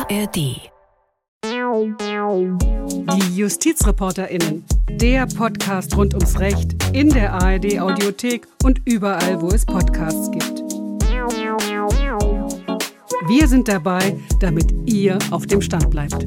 ARD. Die JustizreporterInnen. Der Podcast rund ums Recht in der ARD-Audiothek und überall, wo es Podcasts gibt. Wir sind dabei, damit ihr auf dem Stand bleibt.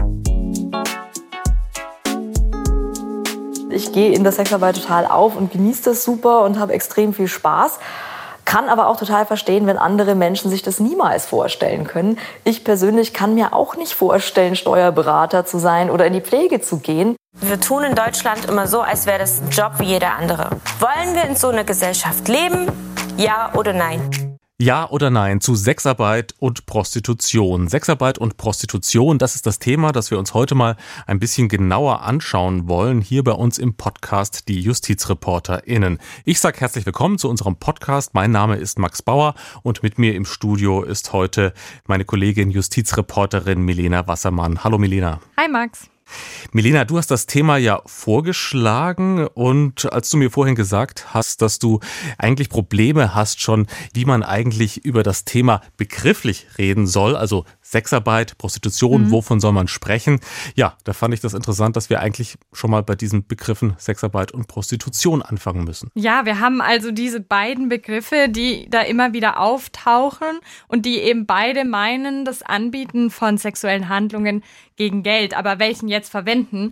Ich gehe in der Sexarbeit total auf und genieße das super und habe extrem viel Spaß. Kann aber auch total verstehen, wenn andere Menschen sich das niemals vorstellen können. Ich persönlich kann mir auch nicht vorstellen, Steuerberater zu sein oder in die Pflege zu gehen. Wir tun in Deutschland immer so, als wäre das ein Job wie jeder andere. Wollen wir in so einer Gesellschaft leben? Ja oder nein? Ja oder nein zu Sexarbeit und Prostitution. Sexarbeit und Prostitution, das ist das Thema, das wir uns heute mal ein bisschen genauer anschauen wollen, hier bei uns im Podcast Die JustizreporterInnen. Ich sage herzlich willkommen zu unserem Podcast. Mein Name ist Max Bauer und mit mir im Studio ist heute meine Kollegin Justizreporterin Milena Wassermann. Hallo Milena. Hi Max. Milena, du hast das Thema ja vorgeschlagen und als du mir vorhin gesagt hast, dass du eigentlich Probleme hast schon, wie man eigentlich über das Thema begrifflich reden soll, also Sexarbeit, Prostitution, wovon soll man sprechen? Ja, da fand ich das interessant, dass wir eigentlich schon mal bei diesen Begriffen Sexarbeit und Prostitution anfangen müssen. Ja, wir haben also diese beiden Begriffe, die da immer wieder auftauchen und die eben beide meinen, das Anbieten von sexuellen Handlungen gegen Geld. Aber welchen jetzt verwenden?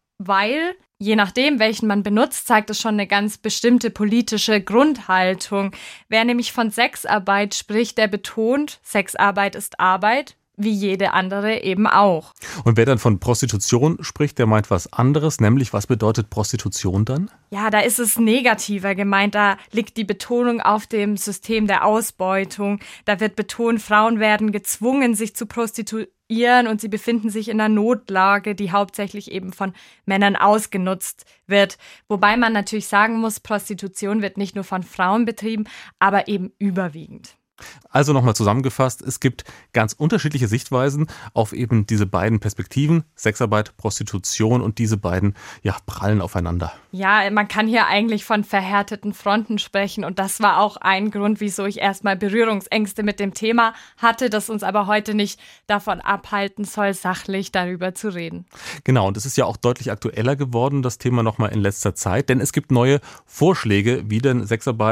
Weil, je nachdem, welchen man benutzt, zeigt es schon eine ganz bestimmte politische Grundhaltung. Wer nämlich von Sexarbeit spricht, der betont, Sexarbeit ist Arbeit, wie jede andere eben auch. Und wer dann von Prostitution spricht, der meint was anderes, nämlich was bedeutet Prostitution dann? Ja, da ist es negativer gemeint, da liegt die Betonung auf dem System der Ausbeutung. Da wird betont, Frauen werden gezwungen, sich zu prostituieren und sie befinden sich in einer Notlage, die hauptsächlich eben von Männern ausgenutzt wird. Wobei man natürlich sagen muss, Prostitution wird nicht nur von Frauen betrieben, aber eben überwiegend. Also nochmal zusammengefasst, es gibt ganz unterschiedliche Sichtweisen auf eben diese beiden Perspektiven, Sexarbeit, Prostitution und diese beiden prallen aufeinander. Ja, man kann hier eigentlich von verhärteten Fronten sprechen und das war auch ein Grund, wieso ich erstmal Berührungsängste mit dem Thema hatte, das uns aber heute nicht davon abhalten soll, sachlich darüber zu reden. Genau, und es ist ja auch deutlich aktueller geworden, das Thema nochmal in letzter Zeit, denn es gibt neue Vorschläge, wie denn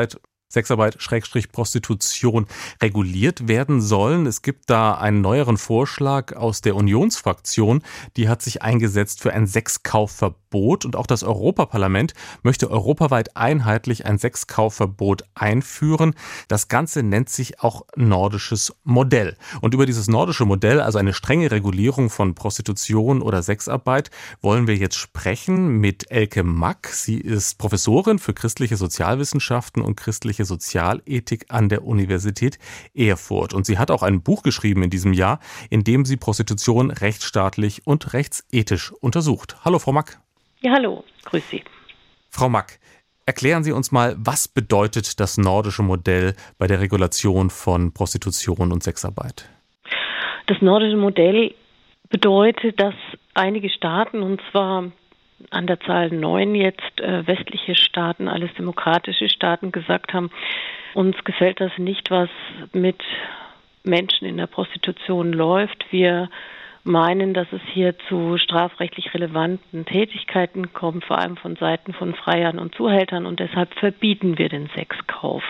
Sexarbeit/Prostitution reguliert werden sollen. Es gibt da einen neueren Vorschlag aus der Unionsfraktion, die hat sich eingesetzt für ein Sexkaufverbot und auch das Europaparlament möchte europaweit einheitlich ein Sexkaufverbot einführen. Das Ganze nennt sich auch nordisches Modell. Und über dieses nordische Modell, also eine strenge Regulierung von Prostitution oder Sexarbeit, wollen wir jetzt sprechen mit Elke Mack. Sie ist Professorin für christliche Sozialwissenschaften und christliche Sozialethik an der Universität Erfurt. Und sie hat auch ein Buch geschrieben in diesem Jahr, in dem sie Prostitution rechtsstaatlich und rechtsethisch untersucht. Hallo, Frau Mack. Ja, hallo. Grüß Sie. Frau Mack, erklären Sie uns mal, was bedeutet das nordische Modell bei der Regulation von Prostitution und Sexarbeit? Das nordische Modell bedeutet, dass einige Staaten, und zwar an der Zahl 9 jetzt westliche Staaten, alles demokratische Staaten, gesagt haben, uns gefällt das nicht, was mit Menschen in der Prostitution läuft. Wir meinen, dass es hier zu strafrechtlich relevanten Tätigkeiten kommt, vor allem von Seiten von Freiern und Zuhältern, und deshalb verbieten wir den Sexkauf.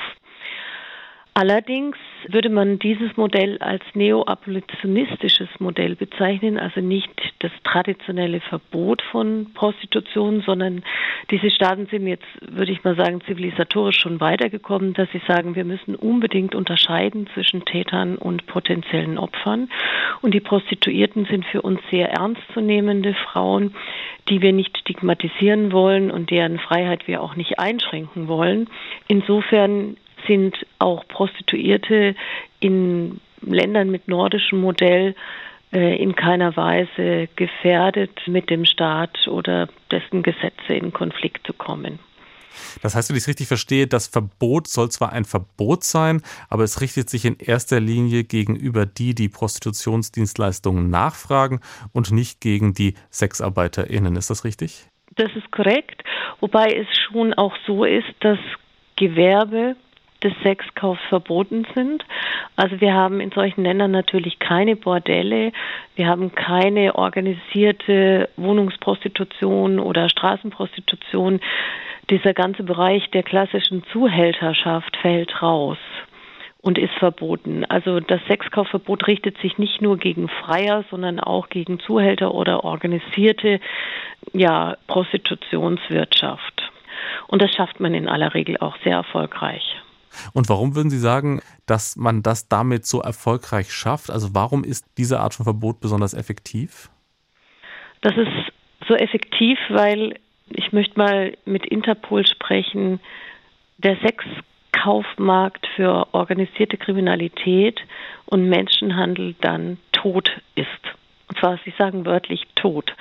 Allerdings würde man dieses Modell als neoabolitionistisches Modell bezeichnen, also nicht das traditionelle Verbot von Prostitution, sondern diese Staaten sind jetzt, würde ich mal sagen, zivilisatorisch schon weitergekommen, dass sie sagen, wir müssen unbedingt unterscheiden zwischen Tätern und potenziellen Opfern. Und die Prostituierten sind für uns sehr ernstzunehmende Frauen, die wir nicht stigmatisieren wollen und deren Freiheit wir auch nicht einschränken wollen. Insofern sind auch Prostituierte in Ländern mit nordischem Modell in keiner Weise gefährdet, mit dem Staat oder dessen Gesetze in Konflikt zu kommen. Das heißt, wenn ich es richtig verstehe, das Verbot soll zwar ein Verbot sein, aber es richtet sich in erster Linie gegenüber die Prostitutionsdienstleistungen nachfragen und nicht gegen die SexarbeiterInnen. Ist das richtig? Das ist korrekt, wobei es schon auch so ist, dass Gewerbe des Sexkaufs verboten sind. Also wir haben in solchen Ländern natürlich keine Bordelle, wir haben keine organisierte Wohnungsprostitution oder Straßenprostitution. Dieser ganze Bereich der klassischen Zuhälterschaft fällt raus und ist verboten. Also das Sexkaufverbot richtet sich nicht nur gegen Freier, sondern auch gegen Zuhälter oder organisierte Prostitutionswirtschaft. Und das schafft man in aller Regel auch sehr erfolgreich. Und warum würden Sie sagen, dass man das damit so erfolgreich schafft? Also warum ist diese Art von Verbot besonders effektiv? Das ist so effektiv, weil ich möchte mal mit Interpol sprechen. Der Sexkaufmarkt für organisierte Kriminalität und Menschenhandel dann tot ist. Und zwar, Sie sagen wörtlich tot.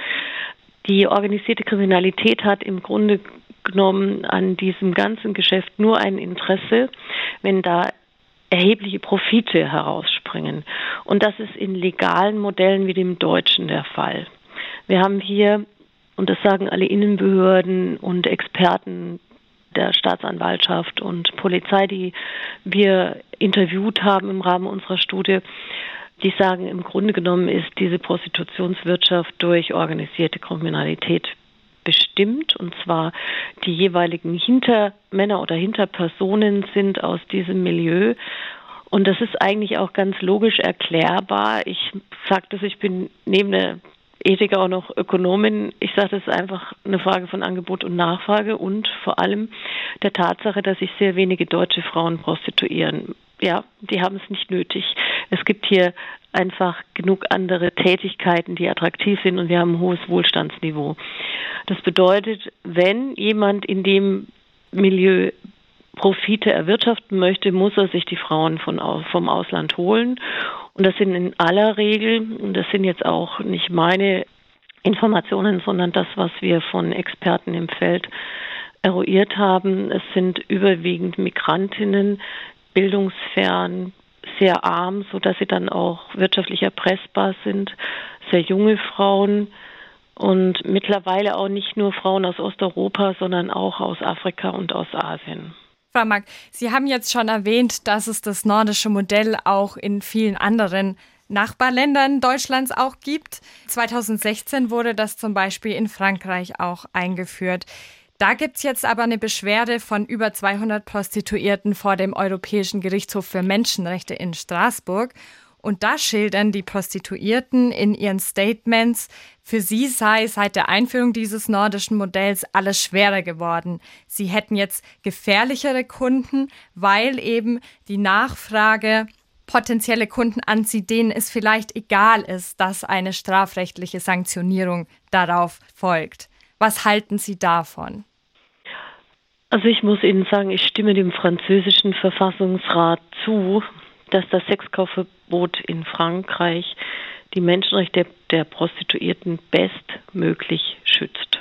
Die organisierte Kriminalität hat im Grunde genommen an diesem ganzen Geschäft nur ein Interesse, wenn da erhebliche Profite herausspringen. Und das ist in legalen Modellen wie dem deutschen der Fall. Wir haben hier, und das sagen alle Innenbehörden und Experten der Staatsanwaltschaft und Polizei, die wir interviewt haben im Rahmen unserer Studie, die sagen, im Grunde genommen ist diese Prostitutionswirtschaft durch organisierte Kriminalität bestimmt, und zwar die jeweiligen Hintermänner oder Hinterpersonen sind aus diesem Milieu. Und das ist eigentlich auch ganz logisch erklärbar. Ich sage das, ich bin neben der Ethik auch noch Ökonomin. Ich sage, das ist einfach eine Frage von Angebot und Nachfrage und vor allem der Tatsache, dass sich sehr wenige deutsche Frauen prostituieren. Ja, die haben es nicht nötig. Es gibt hier einfach genug andere Tätigkeiten, die attraktiv sind, und wir haben ein hohes Wohlstandsniveau. Das bedeutet, wenn jemand in dem Milieu Profite erwirtschaften möchte, muss er sich die Frauen vom Ausland holen. Und das sind in aller Regel, und das sind jetzt auch nicht meine Informationen, sondern das, was wir von Experten im Feld eruiert haben, es sind überwiegend Migrantinnen, bildungsfern, sehr arm, sodass sie dann auch wirtschaftlich erpressbar sind, sehr junge Frauen und mittlerweile auch nicht nur Frauen aus Osteuropa, sondern auch aus Afrika und aus Asien. Frau Mack, Sie haben jetzt schon erwähnt, dass es das nordische Modell auch in vielen anderen Nachbarländern Deutschlands auch gibt. 2016 wurde das zum Beispiel in Frankreich auch eingeführt. Da gibt es jetzt aber eine Beschwerde von über 200 Prostituierten vor dem Europäischen Gerichtshof für Menschenrechte in Straßburg. Und da schildern die Prostituierten in ihren Statements, für sie sei seit der Einführung dieses nordischen Modells alles schwerer geworden. Sie hätten jetzt gefährlichere Kunden, weil eben die Nachfrage potenzielle Kunden anzieht, denen es vielleicht egal ist, dass eine strafrechtliche Sanktionierung darauf folgt. Was halten Sie davon? Also ich muss Ihnen sagen, ich stimme dem französischen Verfassungsrat zu, dass das Sexkaufverbot in Frankreich die Menschenrechte der Prostituierten bestmöglich schützt.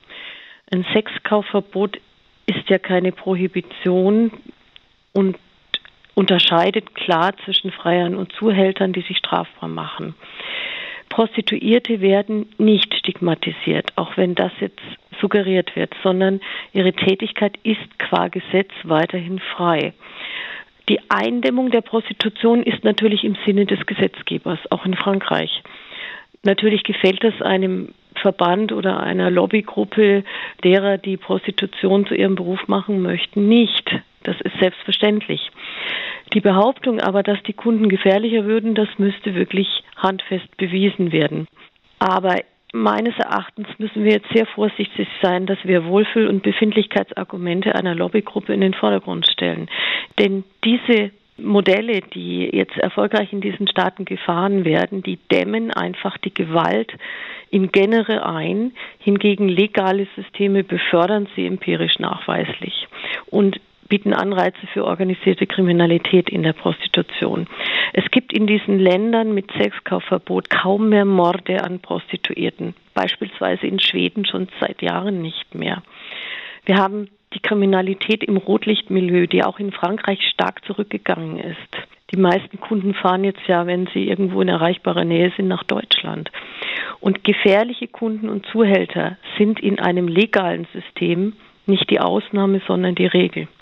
Ein Sexkaufverbot ist ja keine Prohibition und unterscheidet klar zwischen Freiern und Zuhältern, die sich strafbar machen. Prostituierte werden nicht stigmatisiert, auch wenn das jetzt suggeriert wird, sondern ihre Tätigkeit ist qua Gesetz weiterhin frei. Die Eindämmung der Prostitution ist natürlich im Sinne des Gesetzgebers, auch in Frankreich. Natürlich gefällt es einem Verband oder einer Lobbygruppe derer, die Prostitution zu ihrem Beruf machen möchten, nicht. Das ist selbstverständlich. Die Behauptung aber, dass die Kunden gefährlicher würden, das müsste wirklich handfest bewiesen werden. Aber meines Erachtens müssen wir jetzt sehr vorsichtig sein, dass wir Wohlfühl- und Befindlichkeitsargumente einer Lobbygruppe in den Vordergrund stellen. Denn diese Modelle, die jetzt erfolgreich in diesen Staaten gefahren werden, die dämmen einfach die Gewalt im Genere ein. Hingegen legale Systeme befördern sie empirisch nachweislich und bieten Anreize für organisierte Kriminalität in der Prostitution. Es gibt in diesen Ländern mit Sexkaufverbot kaum mehr Morde an Prostituierten, beispielsweise in Schweden schon seit Jahren nicht mehr. Wir haben die Kriminalität im Rotlichtmilieu, die auch in Frankreich stark zurückgegangen ist. Die meisten Kunden fahren jetzt ja, wenn sie irgendwo in erreichbarer Nähe sind, nach Deutschland. Und gefährliche Kunden und Zuhälter sind in einem legalen System nicht die Ausnahme, sondern die Regel.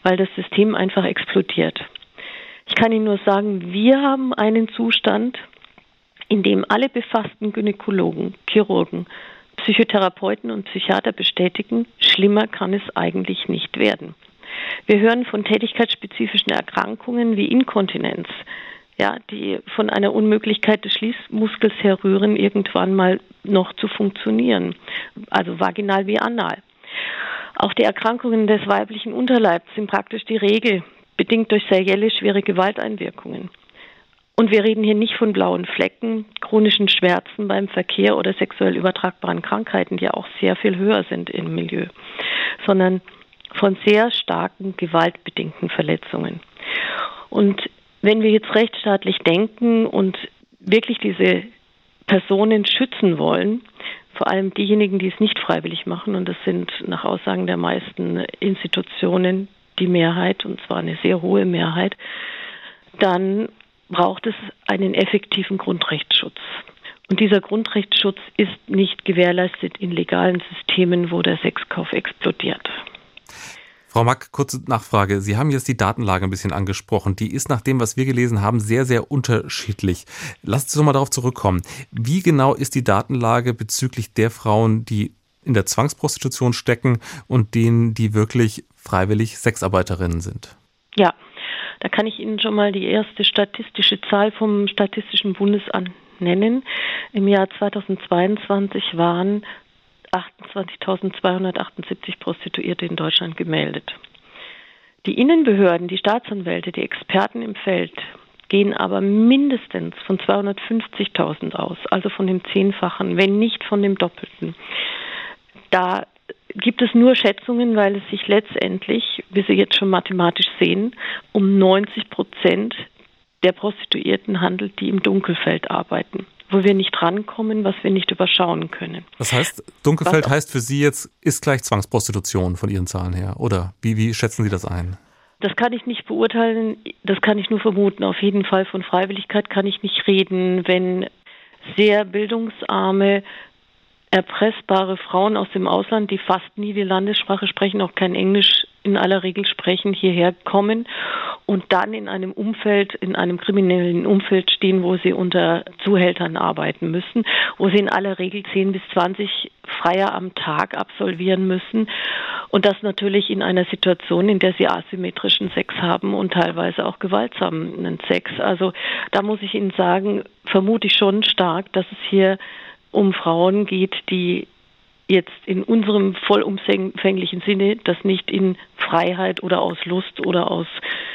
weil das System einfach explodiert. Ich kann Ihnen nur sagen, wir haben einen Zustand, in dem alle befassten Gynäkologen, Chirurgen, Psychotherapeuten und Psychiater bestätigen, schlimmer kann es eigentlich nicht werden. Wir hören von tätigkeitsspezifischen Erkrankungen wie Inkontinenz, ja, die von einer Unmöglichkeit des Schließmuskels herrühren, irgendwann mal noch zu funktionieren, also vaginal wie anal. Auch die Erkrankungen des weiblichen Unterleibs sind praktisch die Regel, bedingt durch serielle schwere Gewalteinwirkungen. Und wir reden hier nicht von blauen Flecken, chronischen Schmerzen beim Verkehr oder sexuell übertragbaren Krankheiten, die auch sehr viel höher sind im Milieu, sondern von sehr starken gewaltbedingten Verletzungen. Und wenn wir jetzt rechtsstaatlich denken und wirklich diese Personen schützen wollen, vor allem diejenigen, die es nicht freiwillig machen, und das sind nach Aussagen der meisten Institutionen die Mehrheit, und zwar eine sehr hohe Mehrheit, dann braucht es einen effektiven Grundrechtsschutz. Und dieser Grundrechtsschutz ist nicht gewährleistet in legalen Systemen, wo der Sexkauf explodiert. Frau Mack, kurze Nachfrage. Sie haben jetzt die Datenlage ein bisschen angesprochen. Die ist nach dem, was wir gelesen haben, sehr, sehr unterschiedlich. Lassen Sie uns mal darauf zurückkommen. Wie genau ist die Datenlage bezüglich der Frauen, die in der Zwangsprostitution stecken und denen, die wirklich freiwillig Sexarbeiterinnen sind? Ja, da kann ich Ihnen schon mal die erste statistische Zahl vom Statistischen Bundesamt nennen. Im Jahr 2022 waren 28.278 Prostituierte in Deutschland gemeldet. Die Innenbehörden, die Staatsanwälte, die Experten im Feld gehen aber mindestens von 250.000 aus, also von dem Zehnfachen, wenn nicht von dem Doppelten. Da gibt es nur Schätzungen, weil es sich letztendlich, wie Sie jetzt schon mathematisch sehen, um 90% der Prostituierten handelt, die im Dunkelfeld arbeiten, wo wir nicht rankommen, was wir nicht überschauen können. Das heißt, Dunkelfeld heißt für Sie jetzt, ist gleich Zwangsprostitution von Ihren Zahlen her, oder? Wie schätzen Sie das ein? Das kann ich nicht beurteilen, das kann ich nur vermuten. Auf jeden Fall von Freiwilligkeit kann ich nicht reden, wenn sehr bildungsarme, erpressbare Frauen aus dem Ausland, die fast nie die Landessprache sprechen, auch kein Englisch in aller Regel sprechen, hierher kommen und dann in einem Umfeld, in einem kriminellen Umfeld stehen, wo sie unter Zuhältern arbeiten müssen, wo sie in aller Regel 10 bis 20 Freier am Tag absolvieren müssen und das natürlich in einer Situation, in der sie asymmetrischen Sex haben und teilweise auch gewaltsamen Sex. Also da muss ich Ihnen sagen, vermute ich schon stark, dass es hier um Frauen geht, die jetzt in unserem vollumfänglichen Sinne das nicht in Freiheit oder aus Lust oder aus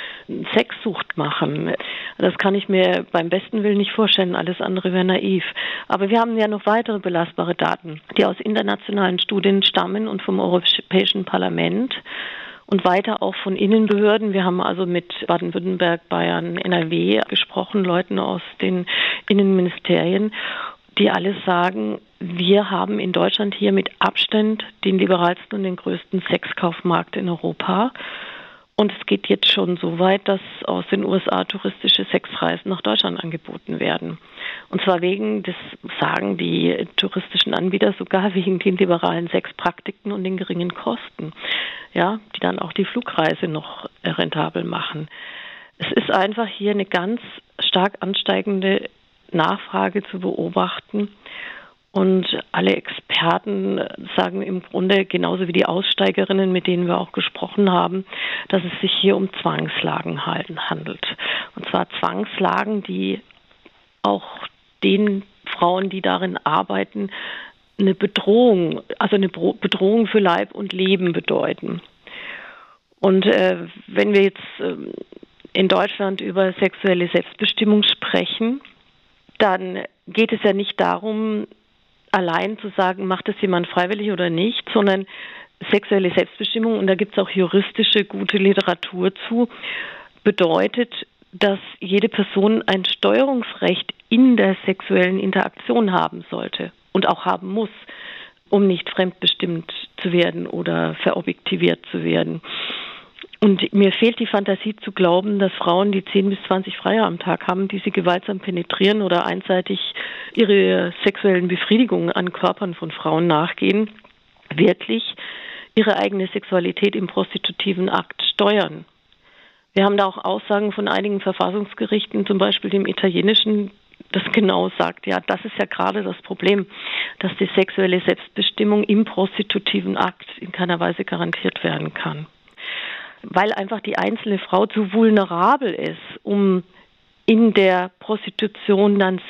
Sexsucht machen. Das kann ich mir beim besten Willen nicht vorstellen. Alles andere wäre naiv. Aber wir haben ja noch weitere belastbare Daten, die aus internationalen Studien stammen und vom Europäischen Parlament und weiter auch von Innenbehörden. Wir haben also mit Baden-Württemberg, Bayern, NRW gesprochen, Leuten aus den Innenministerien, die alles sagen, wir haben in Deutschland hier mit Abstand den liberalsten und den größten Sexkaufmarkt in Europa. Und es geht jetzt schon so weit, dass aus den USA touristische Sexreisen nach Deutschland angeboten werden. Und zwar wegen, das sagen die touristischen Anbieter, sogar wegen den liberalen Sexpraktiken und den geringen Kosten, ja, die dann auch die Flugreise noch rentabel machen. Es ist einfach hier eine ganz stark ansteigende Nachfrage zu beobachten. Und alle Experten sagen im Grunde, genauso wie die Aussteigerinnen, mit denen wir auch gesprochen haben, dass es sich hier um Zwangslagen handelt. Und zwar Zwangslagen, die auch den Frauen, die darin arbeiten, eine Bedrohung, also eine Bedrohung für Leib und Leben bedeuten. Und wenn wir jetzt in Deutschland über sexuelle Selbstbestimmung sprechen, dann geht es ja nicht darum, allein zu sagen, macht das jemand freiwillig oder nicht, sondern sexuelle Selbstbestimmung, und da gibt es auch juristische gute Literatur zu, bedeutet, dass jede Person ein Steuerungsrecht in der sexuellen Interaktion haben sollte und auch haben muss, um nicht fremdbestimmt zu werden oder verobjektiviert zu werden. Und mir fehlt die Fantasie zu glauben, dass Frauen, die 10 bis 20 Freier am Tag haben, die sie gewaltsam penetrieren oder einseitig ihre sexuellen Befriedigungen an Körpern von Frauen nachgehen, wirklich ihre eigene Sexualität im prostitutiven Akt steuern. Wir haben da auch Aussagen von einigen Verfassungsgerichten, zum Beispiel dem italienischen, das genau sagt, ja, das ist ja gerade das Problem, dass die sexuelle Selbstbestimmung im prostitutiven Akt in keiner Weise garantiert werden kann. Weil einfach die einzelne Frau zu vulnerabel ist, um in der Prostitution dann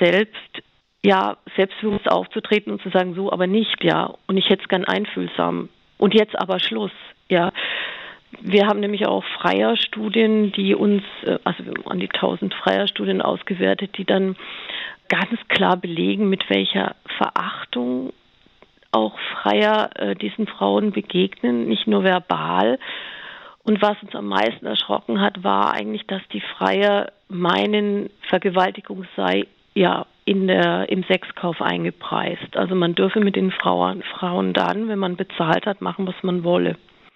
selbstbewusst aufzutreten und zu sagen, so aber nicht, ja, und ich hätte es gern einfühlsam und jetzt aber Schluss, ja. Wir haben nämlich auch Freierstudien, die uns, also wir haben an die 1000 Freierstudien ausgewertet, die dann ganz klar belegen, mit welcher Verachtung auch Freier diesen Frauen begegnen, nicht nur verbal. Und was uns am meisten erschrocken hat, war eigentlich, dass die Freier meinen, Vergewaltigung sei ja im Sexkauf eingepreist. Also man dürfe mit den Frauen dann, wenn man bezahlt hat, machen, was man wolle.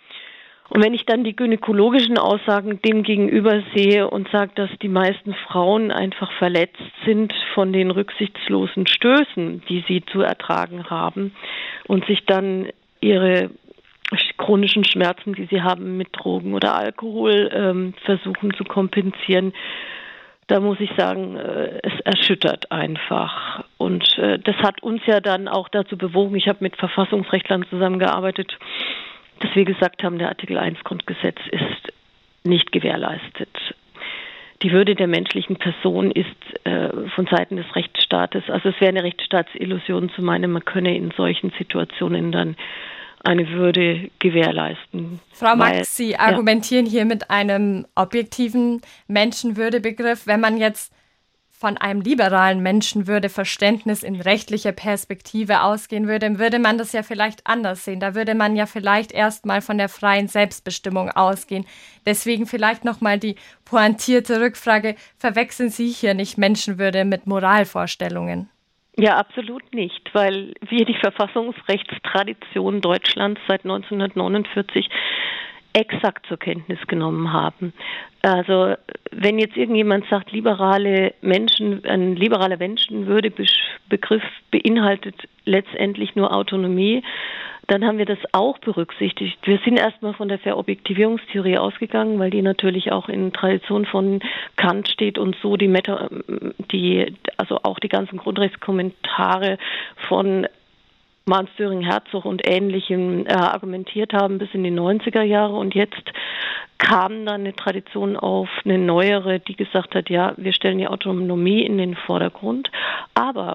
Und wenn ich dann die gynäkologischen Aussagen dem gegenüber sehe und sage, dass die meisten Frauen einfach verletzt sind von den rücksichtslosen Stößen, die sie zu ertragen haben und sich dann ihre chronischen Schmerzen, die sie haben, mit Drogen oder Alkohol versuchen zu kompensieren, da muss ich sagen, es erschüttert einfach. Und das hat uns ja dann auch dazu bewogen, ich habe mit Verfassungsrechtlern zusammengearbeitet, dass wir gesagt haben, der Artikel 1 Grundgesetz ist nicht gewährleistet. Die Würde der menschlichen Person ist von Seiten des Rechtsstaates, also es wäre eine Rechtsstaatsillusion zu meinen, man könne in solchen Situationen dann eine Würde gewährleisten. Frau Max, Sie argumentieren hier mit einem objektiven Menschenwürdebegriff. Wenn man jetzt von einem liberalen Menschenwürdeverständnis in rechtlicher Perspektive ausgehen würde, würde man das ja vielleicht anders sehen. Da würde man ja vielleicht erstmal von der freien Selbstbestimmung ausgehen. Deswegen vielleicht nochmal die pointierte Rückfrage, verwechseln Sie hier nicht Menschenwürde mit Moralvorstellungen? Ja, absolut nicht, weil wir die Verfassungsrechtstradition Deutschlands seit 1949 exakt zur Kenntnis genommen haben. Also wenn jetzt irgendjemand sagt, ein liberaler Menschenwürdebegriff beinhaltet letztendlich nur Autonomie, dann haben wir das auch berücksichtigt. Wir sind erstmal von der Verobjektivierungstheorie ausgegangen, weil die natürlich auch in Tradition von Kant steht und so also auch die ganzen Grundrechtskommentare von Manns, Döring, Herzog und Ähnlichem argumentiert haben bis in die 90er Jahre. Und jetzt kam dann eine Tradition auf, eine neuere, die gesagt hat, ja, wir stellen die Autonomie in den Vordergrund. Aber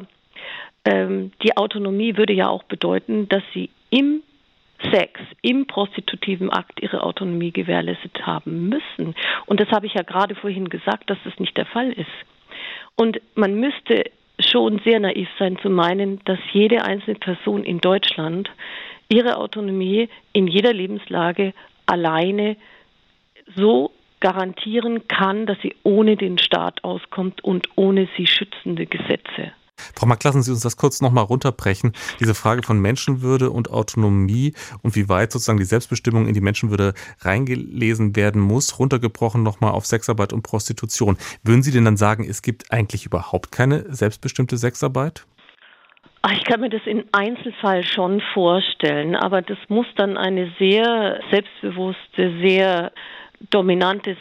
die Autonomie würde ja auch bedeuten, dass sie im Sex, im prostitutiven Akt ihre Autonomie gewährleistet haben müssen. Und das habe ich ja gerade vorhin gesagt, dass das nicht der Fall ist. Und man müsste schon sehr naiv sein zu meinen, dass jede einzelne Person in Deutschland ihre Autonomie in jeder Lebenslage alleine so garantieren kann, dass sie ohne den Staat auskommt und ohne sie schützende Gesetze. Frau Mack, lassen Sie uns das kurz nochmal runterbrechen. Diese Frage von Menschenwürde und Autonomie und wie weit sozusagen die Selbstbestimmung in die Menschenwürde reingelesen werden muss, runtergebrochen nochmal auf Sexarbeit und Prostitution. Würden Sie denn dann sagen, es gibt eigentlich überhaupt keine selbstbestimmte Sexarbeit? Ich kann mir das im Einzelfall schon vorstellen, aber das muss dann eine sehr selbstbewusste, sehr dominante,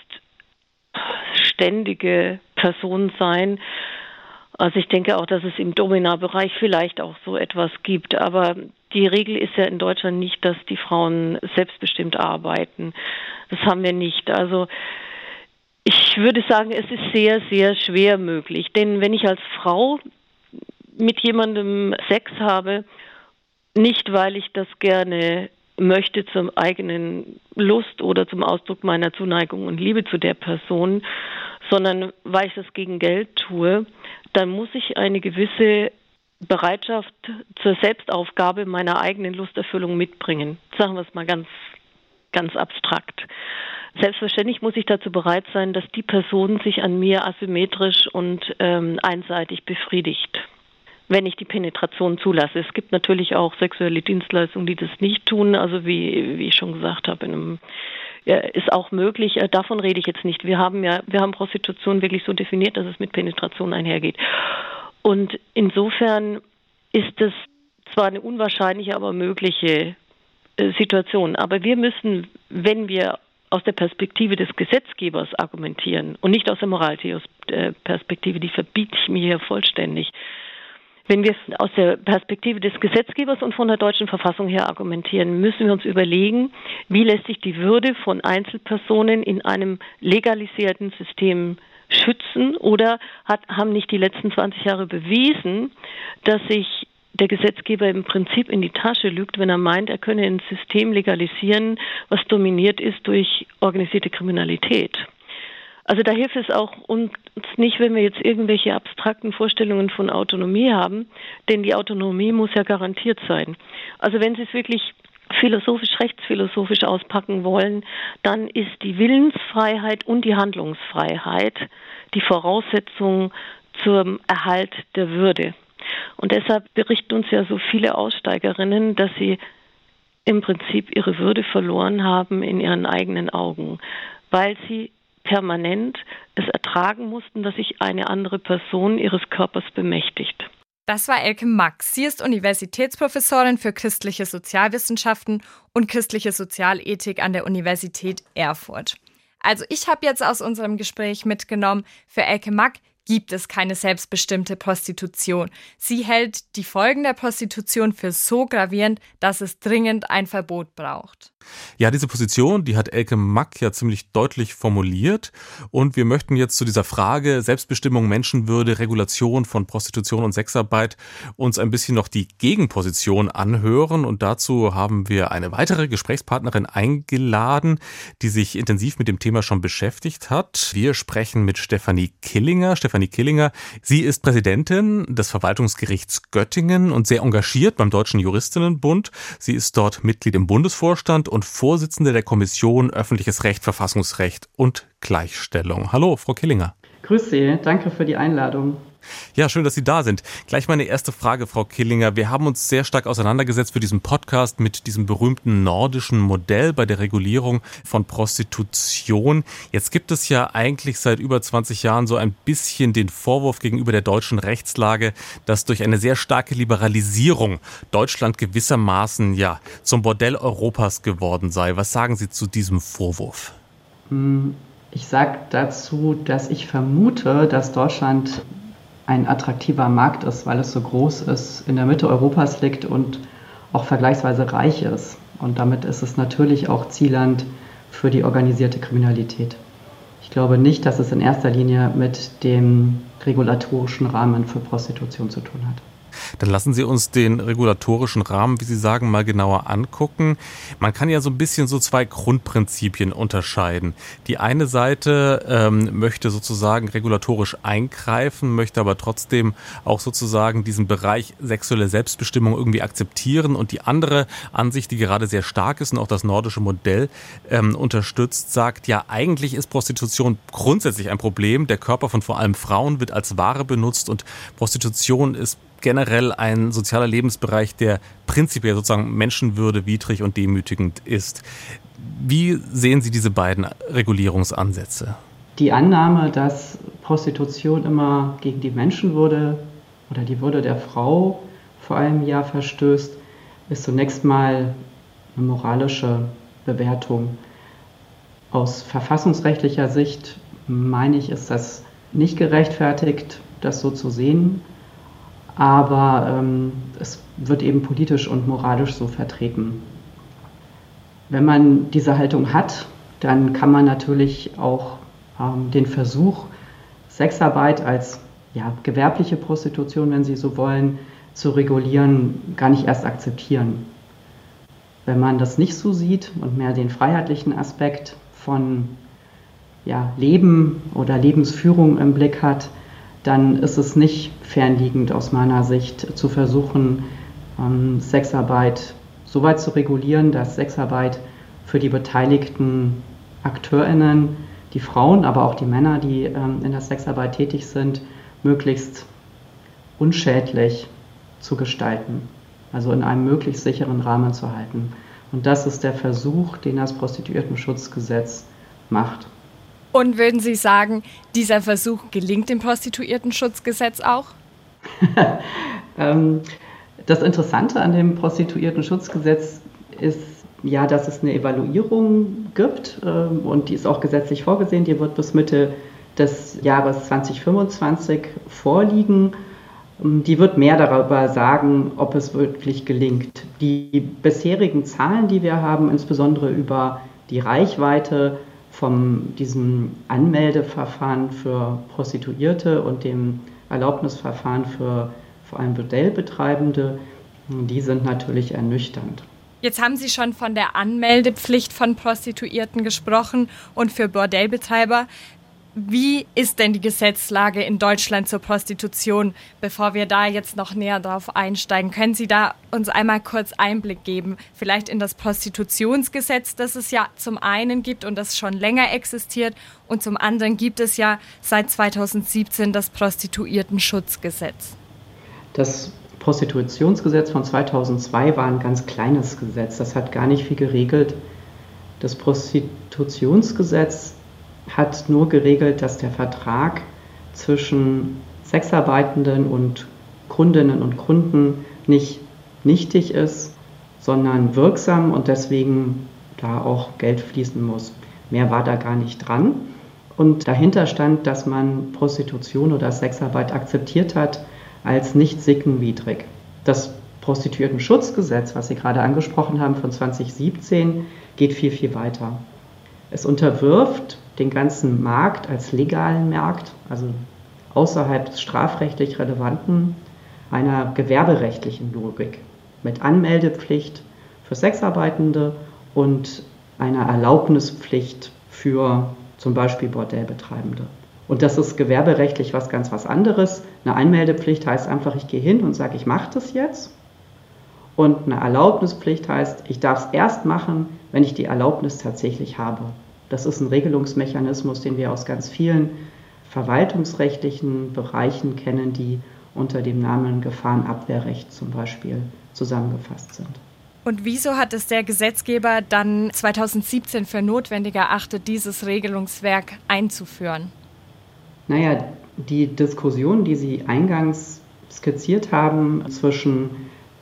selbstständige Person sein. Also ich denke auch, dass es im Domina-Bereich vielleicht auch so etwas gibt. Aber die Regel ist ja in Deutschland nicht, dass die Frauen selbstbestimmt arbeiten. Das haben wir nicht. Also ich würde sagen, es ist sehr, sehr schwer möglich. Denn wenn ich als Frau mit jemandem Sex habe, nicht weil ich das gerne möchte zur eigenen Lust oder zum Ausdruck meiner Zuneigung und Liebe zu der Person, sondern weil ich das gegen Geld tue, dann muss ich eine gewisse Bereitschaft zur Selbstaufgabe meiner eigenen Lusterfüllung mitbringen. Sagen wir es mal ganz, ganz abstrakt. Selbstverständlich muss ich dazu bereit sein, dass die Person sich an mir asymmetrisch und einseitig befriedigt, wenn ich die Penetration zulasse. Es gibt natürlich auch sexuelle Dienstleistungen, die das nicht tun. Also wie ich schon gesagt habe, ist auch möglich. Davon rede ich jetzt nicht. Wir haben Prostitution wirklich so definiert, dass es mit Penetration einhergeht. Und insofern ist es zwar eine unwahrscheinliche, aber mögliche Situation. Aber wir müssen, wenn wir aus der Perspektive des Gesetzgebers argumentieren und nicht aus der Moraltheos-Perspektive, die verbiete ich mir hier vollständig. Wenn wir aus der Perspektive des Gesetzgebers und von der deutschen Verfassung her argumentieren, müssen wir uns überlegen, wie lässt sich die Würde von Einzelpersonen in einem legalisierten System schützen oder haben nicht die letzten 20 Jahre bewiesen, dass sich der Gesetzgeber im Prinzip in die Tasche lügt, wenn er meint, er könne ein System legalisieren, was dominiert ist durch organisierte Kriminalität. Also da hilft es auch uns nicht, wenn wir jetzt irgendwelche abstrakten Vorstellungen von Autonomie haben, denn die Autonomie muss ja garantiert sein. Also wenn Sie es wirklich rechtsphilosophisch auspacken wollen, dann ist die Willensfreiheit und die Handlungsfreiheit die Voraussetzung zum Erhalt der Würde. Und deshalb berichten uns ja so viele Aussteigerinnen, dass sie im Prinzip ihre Würde verloren haben in ihren eigenen Augen, weil sie permanent es ertragen mussten, dass sich eine andere Person ihres Körpers bemächtigt. Das war Elke Mack. Sie ist Universitätsprofessorin für christliche Sozialwissenschaften und christliche Sozialethik an der Universität Erfurt. Also ich habe jetzt aus unserem Gespräch mitgenommen, für Elke Mack gibt es keine selbstbestimmte Prostitution. Sie hält die Folgen der Prostitution für so gravierend, dass es dringend ein Verbot braucht. Ja, diese Position, die hat Elke Mack ja ziemlich deutlich formuliert. Und wir möchten jetzt zu dieser Frage Selbstbestimmung, Menschenwürde, Regulation von Prostitution und Sexarbeit uns ein bisschen noch die Gegenposition anhören. Und dazu haben wir eine weitere Gesprächspartnerin eingeladen, die sich intensiv mit dem Thema schon beschäftigt hat. Wir sprechen mit Stefanie Killinger. Stefanie Killinger, sie ist Präsidentin des Verwaltungsgerichts Göttingen und sehr engagiert beim Deutschen Juristinnenbund. Sie ist dort Mitglied im Bundesvorstand und Vorsitzende der Kommission Öffentliches Recht, Verfassungsrecht und Gleichstellung. Hallo, Frau Killinger. Grüß Sie, danke für die Einladung. Ja, schön, dass Sie da sind. Gleich meine erste Frage, Frau Killinger. Wir haben uns sehr stark auseinandergesetzt für diesen Podcast mit diesem berühmten nordischen Modell bei der Regulierung von Prostitution. Jetzt gibt es ja eigentlich seit über 20 Jahren so ein bisschen den Vorwurf gegenüber der deutschen Rechtslage, dass durch eine sehr starke Liberalisierung Deutschland gewissermaßen ja zum Bordell Europas geworden sei. Was sagen Sie zu diesem Vorwurf? Ich sage dazu, dass ich vermute, dass Deutschland ein attraktiver Markt ist, weil es so groß ist, in der Mitte Europas liegt und auch vergleichsweise reich ist. Und damit ist es natürlich auch Zielland für die organisierte Kriminalität. Ich glaube nicht, dass es in erster Linie mit dem regulatorischen Rahmen für Prostitution zu tun hat. Dann lassen Sie uns den regulatorischen Rahmen, wie Sie sagen, mal genauer angucken. Man kann ja so ein bisschen so zwei Grundprinzipien unterscheiden. Die eine Seite möchte sozusagen regulatorisch eingreifen, möchte aber trotzdem auch sozusagen diesen Bereich sexuelle Selbstbestimmung irgendwie akzeptieren. Und die andere Ansicht, die gerade sehr stark ist und auch das nordische Modell unterstützt, sagt, ja, eigentlich ist Prostitution grundsätzlich ein Problem. Der Körper von vor allem Frauen wird als Ware benutzt und Prostitution ist generell ein sozialer Lebensbereich, der prinzipiell sozusagen menschenwürdewidrig und demütigend ist. Wie sehen Sie diese beiden Regulierungsansätze? Die Annahme, dass Prostitution immer gegen die Menschenwürde oder die Würde der Frau vor allem ja verstößt, ist zunächst mal eine moralische Bewertung. Aus verfassungsrechtlicher Sicht, meine ich, ist das nicht gerechtfertigt, das so zu sehen. Aber es wird eben politisch und moralisch so vertreten. Wenn man diese Haltung hat, dann kann man natürlich auch den Versuch, Sexarbeit als gewerbliche Prostitution, wenn Sie so wollen, zu regulieren, gar nicht erst akzeptieren. Wenn man das nicht so sieht und mehr den freiheitlichen Aspekt von Leben oder Lebensführung im Blick hat, dann ist es nicht fernliegend aus meiner Sicht zu versuchen, Sexarbeit so weit zu regulieren, dass Sexarbeit für die beteiligten AkteurInnen, die Frauen, aber auch die Männer, die in der Sexarbeit tätig sind, möglichst unschädlich zu gestalten, also in einem möglichst sicheren Rahmen zu halten. Und das ist der Versuch, den das Prostituiertenschutzgesetz macht. Und würden Sie sagen, dieser Versuch gelingt dem Prostituiertenschutzgesetz auch? Das Interessante an dem Prostituiertenschutzgesetz ist, ja, dass es eine Evaluierung gibt und die ist auch gesetzlich vorgesehen. Die wird bis Mitte des Jahres 2025 vorliegen. Die wird mehr darüber sagen, ob es wirklich gelingt. Die bisherigen Zahlen, die wir haben, insbesondere über die Reichweite von diesem Anmeldeverfahren für Prostituierte und dem Erlaubnisverfahren für vor allem Bordellbetreibende, die sind natürlich ernüchternd. Jetzt haben Sie schon von der Anmeldepflicht von Prostituierten gesprochen und für Bordellbetreiber. Wie ist denn die Gesetzlage in Deutschland zur Prostitution? Bevor wir da jetzt noch näher drauf einsteigen, können Sie da uns einmal kurz Einblick geben? Vielleicht in das Prostitutionsgesetz, das es ja zum einen gibt und das schon länger existiert, und zum anderen gibt es ja seit 2017 das Prostituiertenschutzgesetz. Das Prostitutionsgesetz von 2002 war ein ganz kleines Gesetz. Das hat gar nicht viel geregelt. Das Prostitutionsgesetz hat nur geregelt, dass der Vertrag zwischen Sexarbeitenden und Kundinnen und Kunden nicht nichtig ist, sondern wirksam und deswegen da auch Geld fließen muss. Mehr war da gar nicht dran. Und dahinter stand, dass man Prostitution oder Sexarbeit akzeptiert hat als nicht sittenwidrig. Das Prostituiertenschutzgesetz, was Sie gerade angesprochen haben, von 2017, geht viel, viel weiter. Es unterwirft den ganzen Markt als legalen Markt, also außerhalb des strafrechtlich Relevanten, einer gewerberechtlichen Logik mit Anmeldepflicht für Sexarbeitende und einer Erlaubnispflicht für zum Beispiel Bordellbetreibende. Und das ist gewerberechtlich was anderes. Eine Anmeldepflicht heißt einfach, ich gehe hin und sage, ich mache das jetzt. Und eine Erlaubnispflicht heißt, ich darf es erst machen, wenn ich die Erlaubnis tatsächlich habe. Das ist ein Regelungsmechanismus, den wir aus ganz vielen verwaltungsrechtlichen Bereichen kennen, die unter dem Namen Gefahrenabwehrrecht zum Beispiel zusammengefasst sind. Und wieso hat es der Gesetzgeber dann 2017 für notwendig erachtet, dieses Regelungswerk einzuführen? Naja, die Diskussion, die Sie eingangs skizziert haben, zwischen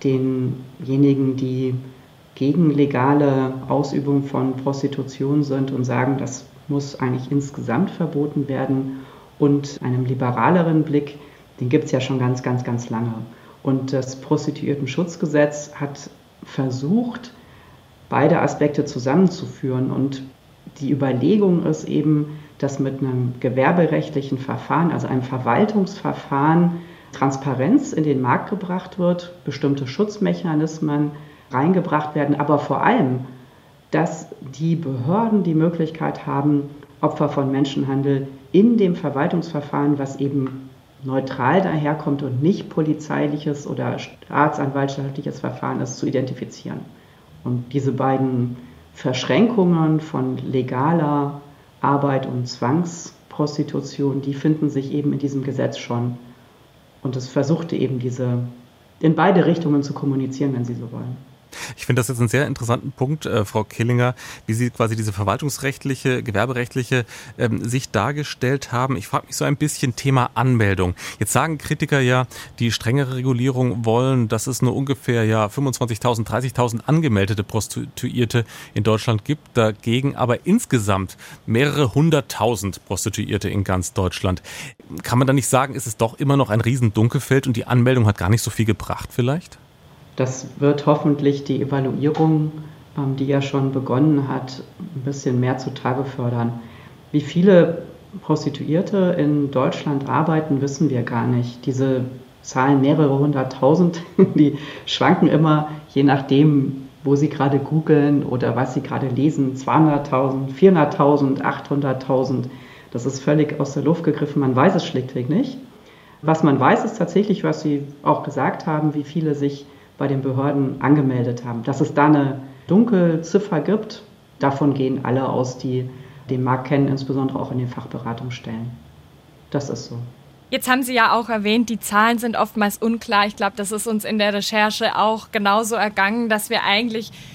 denjenigen, die gegen legale Ausübung von Prostitution sind und sagen, das muss eigentlich insgesamt verboten werden, und einem liberaleren Blick, den gibt es ja schon ganz, ganz, ganz lange. Und das Prostituiertenschutzgesetz hat versucht, beide Aspekte zusammenzuführen. Und die Überlegung ist eben, dass mit einem gewerberechtlichen Verfahren, also einem Verwaltungsverfahren, Transparenz in den Markt gebracht wird, bestimmte Schutzmechanismen reingebracht werden, aber vor allem, dass die Behörden die Möglichkeit haben, Opfer von Menschenhandel in dem Verwaltungsverfahren, was eben neutral daherkommt und nicht polizeiliches oder staatsanwaltschaftliches Verfahren ist, zu identifizieren. Und diese beiden Verschränkungen von legaler Arbeit und Zwangsprostitution, die finden sich eben in diesem Gesetz schon. Und es versuchte eben diese in beide Richtungen zu kommunizieren, wenn Sie so wollen. Ich finde das jetzt einen sehr interessanten Punkt, Frau Killinger, wie Sie quasi diese verwaltungsrechtliche, gewerberechtliche Sicht dargestellt haben. Ich frage mich so ein bisschen Thema Anmeldung. Jetzt sagen Kritiker ja, die strengere Regulierung wollen, dass es nur ungefähr 25.000, 30.000 angemeldete Prostituierte in Deutschland gibt, dagegen aber insgesamt mehrere 100.000 Prostituierte in ganz Deutschland. Kann man da nicht sagen, ist es doch immer noch ein Riesendunkelfeld und die Anmeldung hat gar nicht so viel gebracht vielleicht? Das wird hoffentlich die Evaluierung, die ja schon begonnen hat, ein bisschen mehr zutage fördern. Wie viele Prostituierte in Deutschland arbeiten, wissen wir gar nicht. Diese Zahlen, mehrere 100.000, die schwanken immer, je nachdem, wo Sie gerade googeln oder was Sie gerade lesen. 200.000, 400.000, 800.000. Das ist völlig aus der Luft gegriffen. Man weiß es schlichtweg nicht. Was man weiß, ist tatsächlich, was Sie auch gesagt haben, wie viele sich bei den Behörden angemeldet haben. Dass es da eine Dunkelziffer gibt, davon gehen alle aus, die den Markt kennen, insbesondere auch in den Fachberatungsstellen. Das ist so. Jetzt haben Sie ja auch erwähnt, die Zahlen sind oftmals unklar. Ich glaube, das ist uns in der Recherche auch genauso ergangen, dass wir eigentlich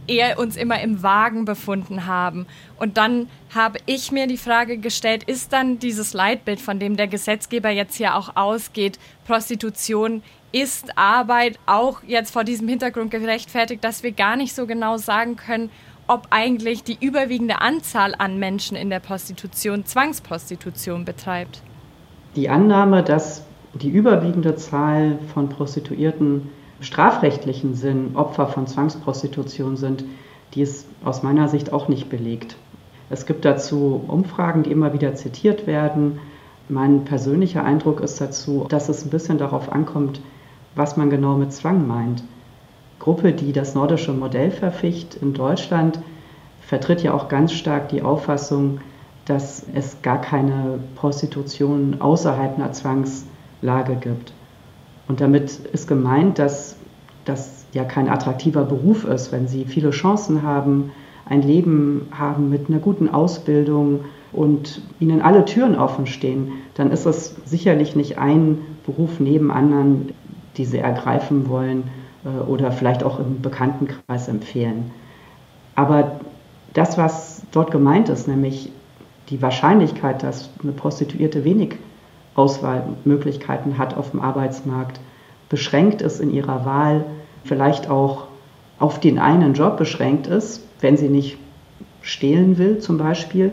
eher uns immer im Wagen befunden haben. Und dann habe ich mir die Frage gestellt, ist dann dieses Leitbild, von dem der Gesetzgeber jetzt hier auch ausgeht, Prostitution ist Arbeit, auch jetzt vor diesem Hintergrund gerechtfertigt, dass wir gar nicht so genau sagen können, ob eigentlich die überwiegende Anzahl an Menschen in der Prostitution Zwangsprostitution betreibt? Die Annahme, dass die überwiegende Zahl von Prostituierten strafrechtlichen Sinn Opfer von Zwangsprostitution sind, die ist aus meiner Sicht auch nicht belegt. Es gibt dazu Umfragen, die immer wieder zitiert werden. Mein persönlicher Eindruck ist dazu, dass es ein bisschen darauf ankommt, was man genau mit Zwang meint. Gruppe, die das nordische Modell verficht in Deutschland, vertritt ja auch ganz stark die Auffassung, dass es gar keine Prostitution außerhalb einer Zwangslage gibt. Und damit ist gemeint, dass das ja kein attraktiver Beruf ist, wenn sie viele Chancen haben, ein Leben haben mit einer guten Ausbildung und ihnen alle Türen offen stehen, dann ist es sicherlich nicht ein Beruf neben anderen, die sie ergreifen wollen oder vielleicht auch im Bekanntenkreis empfehlen. Aber das, was dort gemeint ist, nämlich die Wahrscheinlichkeit, dass eine Prostituierte wenig Auswahlmöglichkeiten hat auf dem Arbeitsmarkt, beschränkt ist in ihrer Wahl, vielleicht auch auf den einen Job beschränkt ist, wenn sie nicht stehlen will zum Beispiel,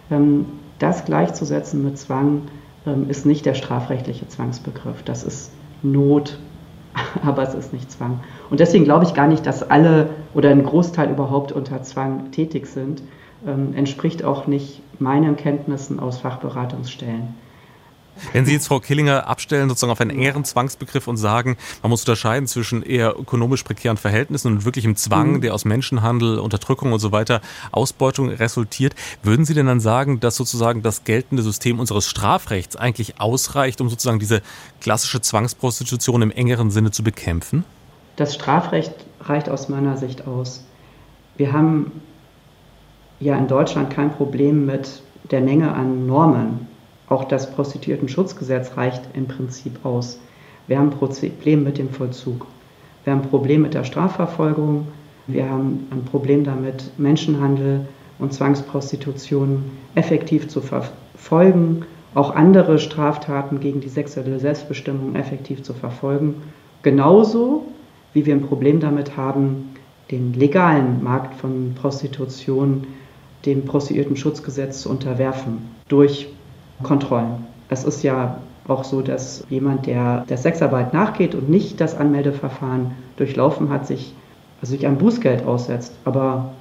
das gleichzusetzen mit Zwang ist nicht der strafrechtliche Zwangsbegriff. Das ist Not, aber es ist nicht Zwang. Und deswegen glaube ich gar nicht, dass alle oder ein Großteil überhaupt unter Zwang tätig sind. Entspricht auch nicht meinen Kenntnissen aus Fachberatungsstellen. Wenn Sie jetzt, Frau Killinger, abstellen sozusagen auf einen engeren Zwangsbegriff und sagen, man muss unterscheiden zwischen eher ökonomisch prekären Verhältnissen und wirklichem Zwang, der aus Menschenhandel, Unterdrückung und so weiter, Ausbeutung resultiert, würden Sie denn dann sagen, dass sozusagen das geltende System unseres Strafrechts eigentlich ausreicht, um sozusagen diese klassische Zwangsprostitution im engeren Sinne zu bekämpfen? Das Strafrecht reicht aus meiner Sicht aus. Wir haben ja in Deutschland kein Problem mit der Menge an Normen. Auch das Prostituiertenschutzgesetz reicht im Prinzip aus. Wir haben ein Problem mit dem Vollzug. Wir haben ein Problem mit der Strafverfolgung. Wir haben ein Problem damit, Menschenhandel und Zwangsprostitution effektiv zu verfolgen, auch andere Straftaten gegen die sexuelle Selbstbestimmung effektiv zu verfolgen. Genauso wie wir ein Problem damit haben, den legalen Markt von Prostitution dem Prostituiertenschutzgesetz zu unterwerfen durch Kontrollen. Es ist ja auch so, dass jemand, der der Sexarbeit nachgeht und nicht das Anmeldeverfahren durchlaufen hat, sich ein Bußgeld aussetzt. Aber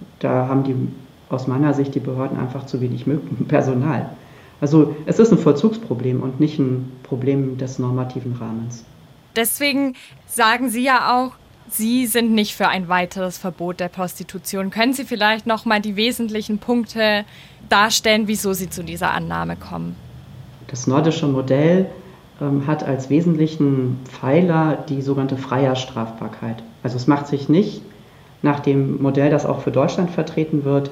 da haben aus meiner Sicht die Behörden einfach zu wenig Personal. Also es ist ein Vollzugsproblem und nicht ein Problem des normativen Rahmens. Deswegen sagen Sie ja auch, Sie sind nicht für ein weiteres Verbot der Prostitution. Können Sie vielleicht noch mal die wesentlichen Punkte darstellen, wieso Sie zu dieser Annahme kommen? Das nordische Modell hat als wesentlichen Pfeiler die sogenannte Freierstrafbarkeit. Also es macht sich nicht nach dem Modell, das auch für Deutschland vertreten wird,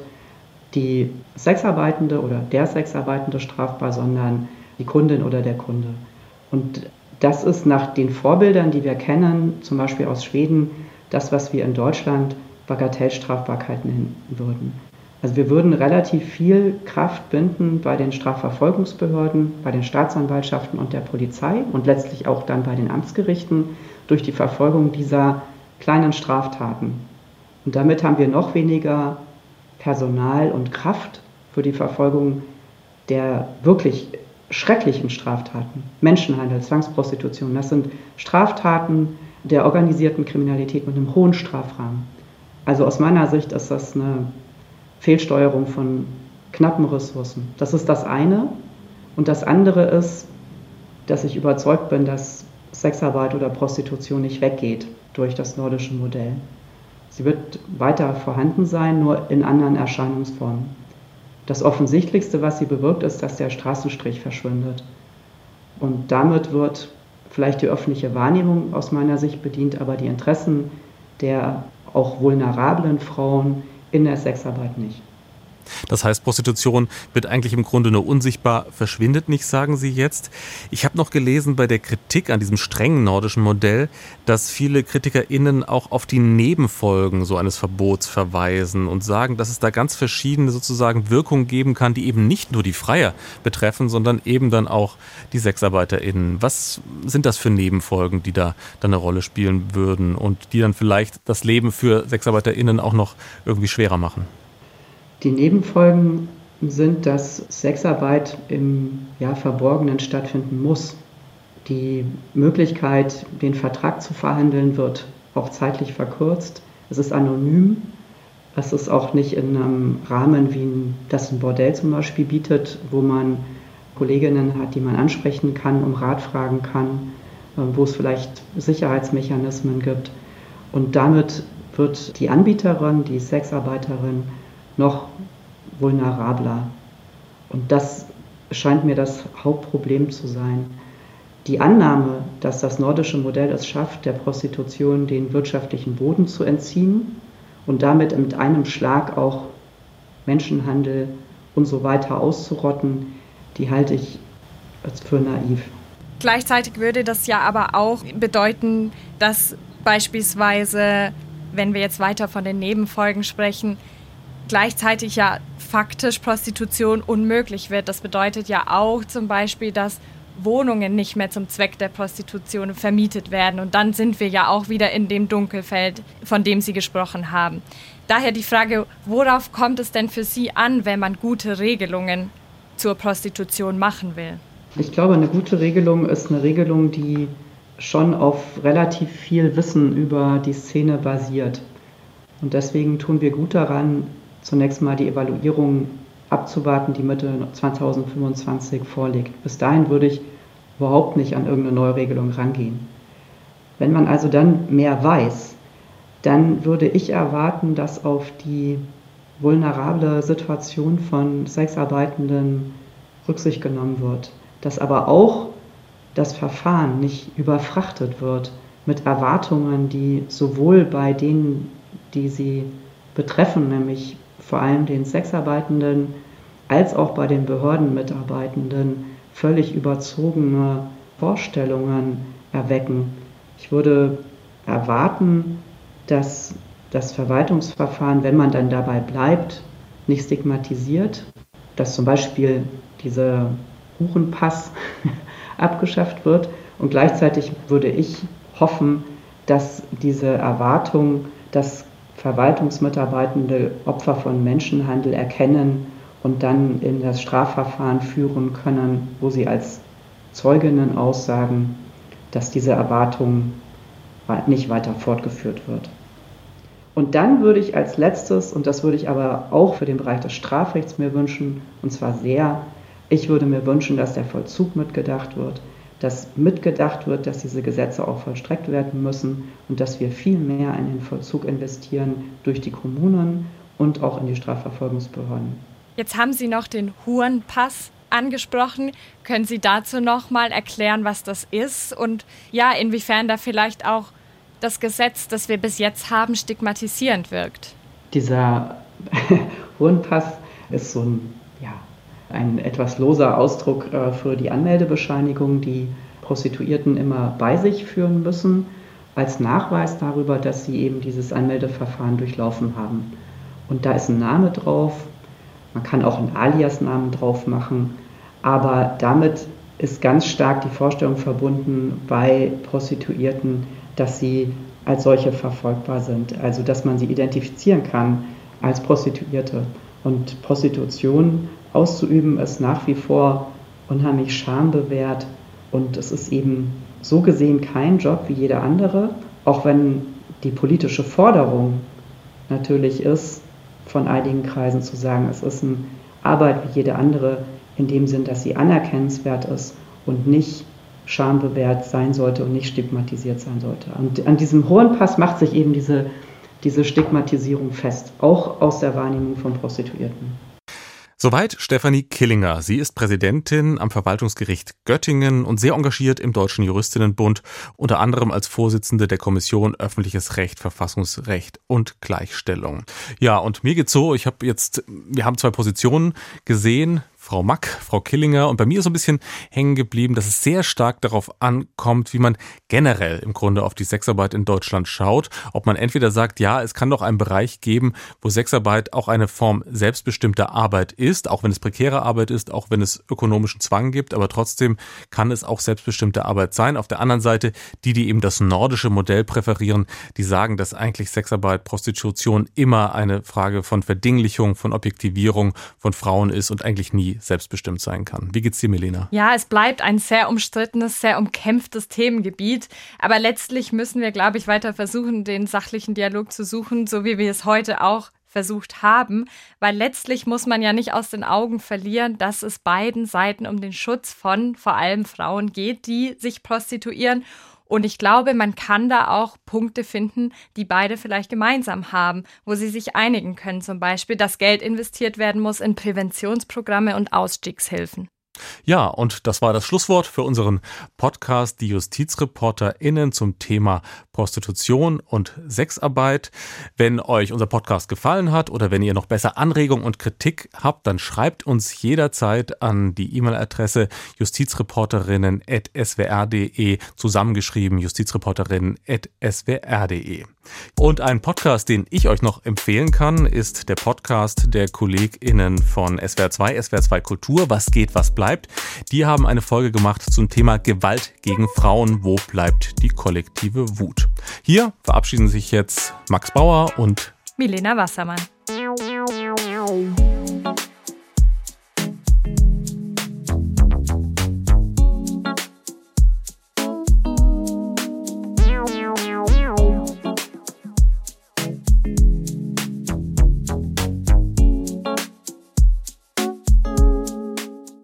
die Sexarbeitende oder der Sexarbeitende strafbar, sondern die Kundin oder der Kunde. Und das ist nach den Vorbildern, die wir kennen, zum Beispiel aus Schweden, das, was wir in Deutschland Bagatellstrafbarkeit nennen würden. Also wir würden relativ viel Kraft binden bei den Strafverfolgungsbehörden, bei den Staatsanwaltschaften und der Polizei und letztlich auch dann bei den Amtsgerichten durch die Verfolgung dieser kleinen Straftaten. Und damit haben wir noch weniger Personal und Kraft für die Verfolgung der wirklich schrecklichen Straftaten. Menschenhandel, Zwangsprostitution, das sind Straftaten der organisierten Kriminalität mit einem hohen Strafrahmen. Also aus meiner Sicht ist das eine Fehlsteuerung von knappen Ressourcen. Das ist das eine. Und das andere ist, dass ich überzeugt bin, dass Sexarbeit oder Prostitution nicht weggeht durch das nordische Modell. Sie wird weiter vorhanden sein, nur in anderen Erscheinungsformen. Das Offensichtlichste, was sie bewirkt, ist, dass der Straßenstrich verschwindet. Und damit wird vielleicht die öffentliche Wahrnehmung aus meiner Sicht bedient, aber die Interessen der auch vulnerablen Frauen in der Sexarbeit nicht. Das heißt, Prostitution wird eigentlich im Grunde nur unsichtbar, verschwindet nicht, sagen Sie jetzt. Ich habe noch gelesen bei der Kritik an diesem strengen nordischen Modell, dass viele KritikerInnen auch auf die Nebenfolgen so eines Verbots verweisen und sagen, dass es da ganz verschiedene sozusagen Wirkungen geben kann, die eben nicht nur die Freier betreffen, sondern eben dann auch die SexarbeiterInnen. Was sind das für Nebenfolgen, die da dann eine Rolle spielen würden und die dann vielleicht das Leben für SexarbeiterInnen auch noch irgendwie schwerer machen? Die Nebenfolgen sind, dass Sexarbeit im Verborgenen stattfinden muss. Die Möglichkeit, den Vertrag zu verhandeln, wird auch zeitlich verkürzt. Es ist anonym. Es ist auch nicht in einem Rahmen, wie das ein Bordell zum Beispiel bietet, wo man Kolleginnen hat, die man ansprechen kann, um Rat fragen kann, wo es vielleicht Sicherheitsmechanismen gibt. Und damit wird die Anbieterin, die Sexarbeiterin, noch vulnerabler. Und das scheint mir das Hauptproblem zu sein. Die Annahme, dass das nordische Modell es schafft, der Prostitution den wirtschaftlichen Boden zu entziehen und damit mit einem Schlag auch Menschenhandel und so weiter auszurotten, die halte ich für naiv. Gleichzeitig würde das ja aber auch bedeuten, dass beispielsweise, wenn wir jetzt weiter von den Nebenfolgen sprechen, gleichzeitig ja faktisch Prostitution unmöglich wird. Das bedeutet ja auch zum Beispiel, dass Wohnungen nicht mehr zum Zweck der Prostitution vermietet werden. Und dann sind wir ja auch wieder in dem Dunkelfeld, von dem Sie gesprochen haben. Daher die Frage, worauf kommt es denn für Sie an, wenn man gute Regelungen zur Prostitution machen will? Ich glaube, eine gute Regelung ist eine Regelung, die schon auf relativ viel Wissen über die Szene basiert. Und deswegen tun wir gut daran, zunächst mal die Evaluierung abzuwarten, die Mitte 2025 vorliegt. Bis dahin würde ich überhaupt nicht an irgendeine Neuregelung rangehen. Wenn man also dann mehr weiß, dann würde ich erwarten, dass auf die vulnerable Situation von Sexarbeitenden Rücksicht genommen wird, dass aber auch das Verfahren nicht überfrachtet wird mit Erwartungen, die sowohl bei denen, die sie betreffen, nämlich vor allem den Sexarbeitenden, als auch bei den Behördenmitarbeitenden völlig überzogene Vorstellungen erwecken. Ich würde erwarten, dass das Verwaltungsverfahren, wenn man dann dabei bleibt, nicht stigmatisiert, dass zum Beispiel dieser Hurenpass abgeschafft wird. Und gleichzeitig würde ich hoffen, dass diese Erwartung, dass Verwaltungsmitarbeitende Opfer von Menschenhandel erkennen und dann in das Strafverfahren führen können, wo sie als Zeuginnen aussagen, dass diese Erwartung nicht weiter fortgeführt wird. Und dann würde ich als letztes, und das würde ich aber auch für den Bereich des Strafrechts mir wünschen, und zwar sehr, ich würde mir wünschen, dass der Vollzug mitgedacht wird, dass mitgedacht wird, dass diese Gesetze auch vollstreckt werden müssen und dass wir viel mehr in den Vollzug investieren durch die Kommunen und auch in die Strafverfolgungsbehörden. Jetzt haben Sie noch den Hurenpass angesprochen. Können Sie dazu noch mal erklären, was das ist und ja, inwiefern da vielleicht auch das Gesetz, das wir bis jetzt haben, stigmatisierend wirkt? Dieser Hurenpass ist so ein etwas loser Ausdruck für die Anmeldebescheinigung, die Prostituierten immer bei sich führen müssen, als Nachweis darüber, dass sie eben dieses Anmeldeverfahren durchlaufen haben. Und da ist ein Name drauf, man kann auch einen Alias-Namen drauf machen, aber damit ist ganz stark die Vorstellung verbunden bei Prostituierten, dass sie als solche verfolgbar sind, also dass man sie identifizieren kann als Prostituierte. Und Prostitution auszuüben ist nach wie vor unheimlich schambewehrt und es ist eben so gesehen kein Job wie jeder andere, auch wenn die politische Forderung natürlich ist, von einigen Kreisen zu sagen, es ist eine Arbeit wie jede andere, in dem Sinn, dass sie anerkennenswert ist und nicht schambewehrt sein sollte und nicht stigmatisiert sein sollte. Und an diesem Hurenpass macht sich eben diese Stigmatisierung fest, auch aus der Wahrnehmung von Prostituierten. Soweit Stefanie Killinger. Sie ist Präsidentin am Verwaltungsgericht Göttingen und sehr engagiert im Deutschen Juristinnenbund, unter anderem als Vorsitzende der Kommission Öffentliches Recht, Verfassungsrecht und Gleichstellung. Ja, und mir geht's so, wir haben 2 Positionen gesehen, Frau Mack, Frau Killinger, und bei mir ist so ein bisschen hängen geblieben, dass es sehr stark darauf ankommt, wie man generell im Grunde auf die Sexarbeit in Deutschland schaut. Ob man entweder sagt, ja, es kann doch einen Bereich geben, wo Sexarbeit auch eine Form selbstbestimmter Arbeit ist, auch wenn es prekäre Arbeit ist, auch wenn es ökonomischen Zwang gibt, aber trotzdem kann es auch selbstbestimmte Arbeit sein. Auf der anderen Seite, die eben das nordische Modell präferieren, die sagen, dass eigentlich Sexarbeit, Prostitution immer eine Frage von Verdinglichung, von Objektivierung von Frauen ist und eigentlich nie selbstbestimmt sein kann. Wie geht's dir, Milena? Ja, es bleibt ein sehr umstrittenes, sehr umkämpftes Themengebiet. Aber letztlich müssen wir, glaube ich, weiter versuchen, den sachlichen Dialog zu suchen, so wie wir es heute auch versucht haben. Weil letztlich muss man ja nicht aus den Augen verlieren, dass es beiden Seiten um den Schutz von vor allem Frauen geht, die sich prostituieren. Und ich glaube, man kann da auch Punkte finden, die beide vielleicht gemeinsam haben, wo sie sich einigen können. Zum Beispiel, dass Geld investiert werden muss in Präventionsprogramme und Ausstiegshilfen. Ja, und das war das Schlusswort für unseren Podcast, die JustizreporterInnen zum Thema Prostitution und Sexarbeit. Wenn euch unser Podcast gefallen hat oder wenn ihr noch besser Anregungen und Kritik habt, dann schreibt uns jederzeit an die E-Mail-Adresse justizreporterinnen@swr.de, zusammengeschrieben justizreporterinnen@swr.de. Und ein Podcast, den ich euch noch empfehlen kann, ist der Podcast der KollegInnen von SWR2 Kultur, Was geht, was bleibt. Die haben eine Folge gemacht zum Thema Gewalt gegen Frauen. Wo bleibt die kollektive Wut? Hier verabschieden sich jetzt Max Bauer und Milena Wassermann.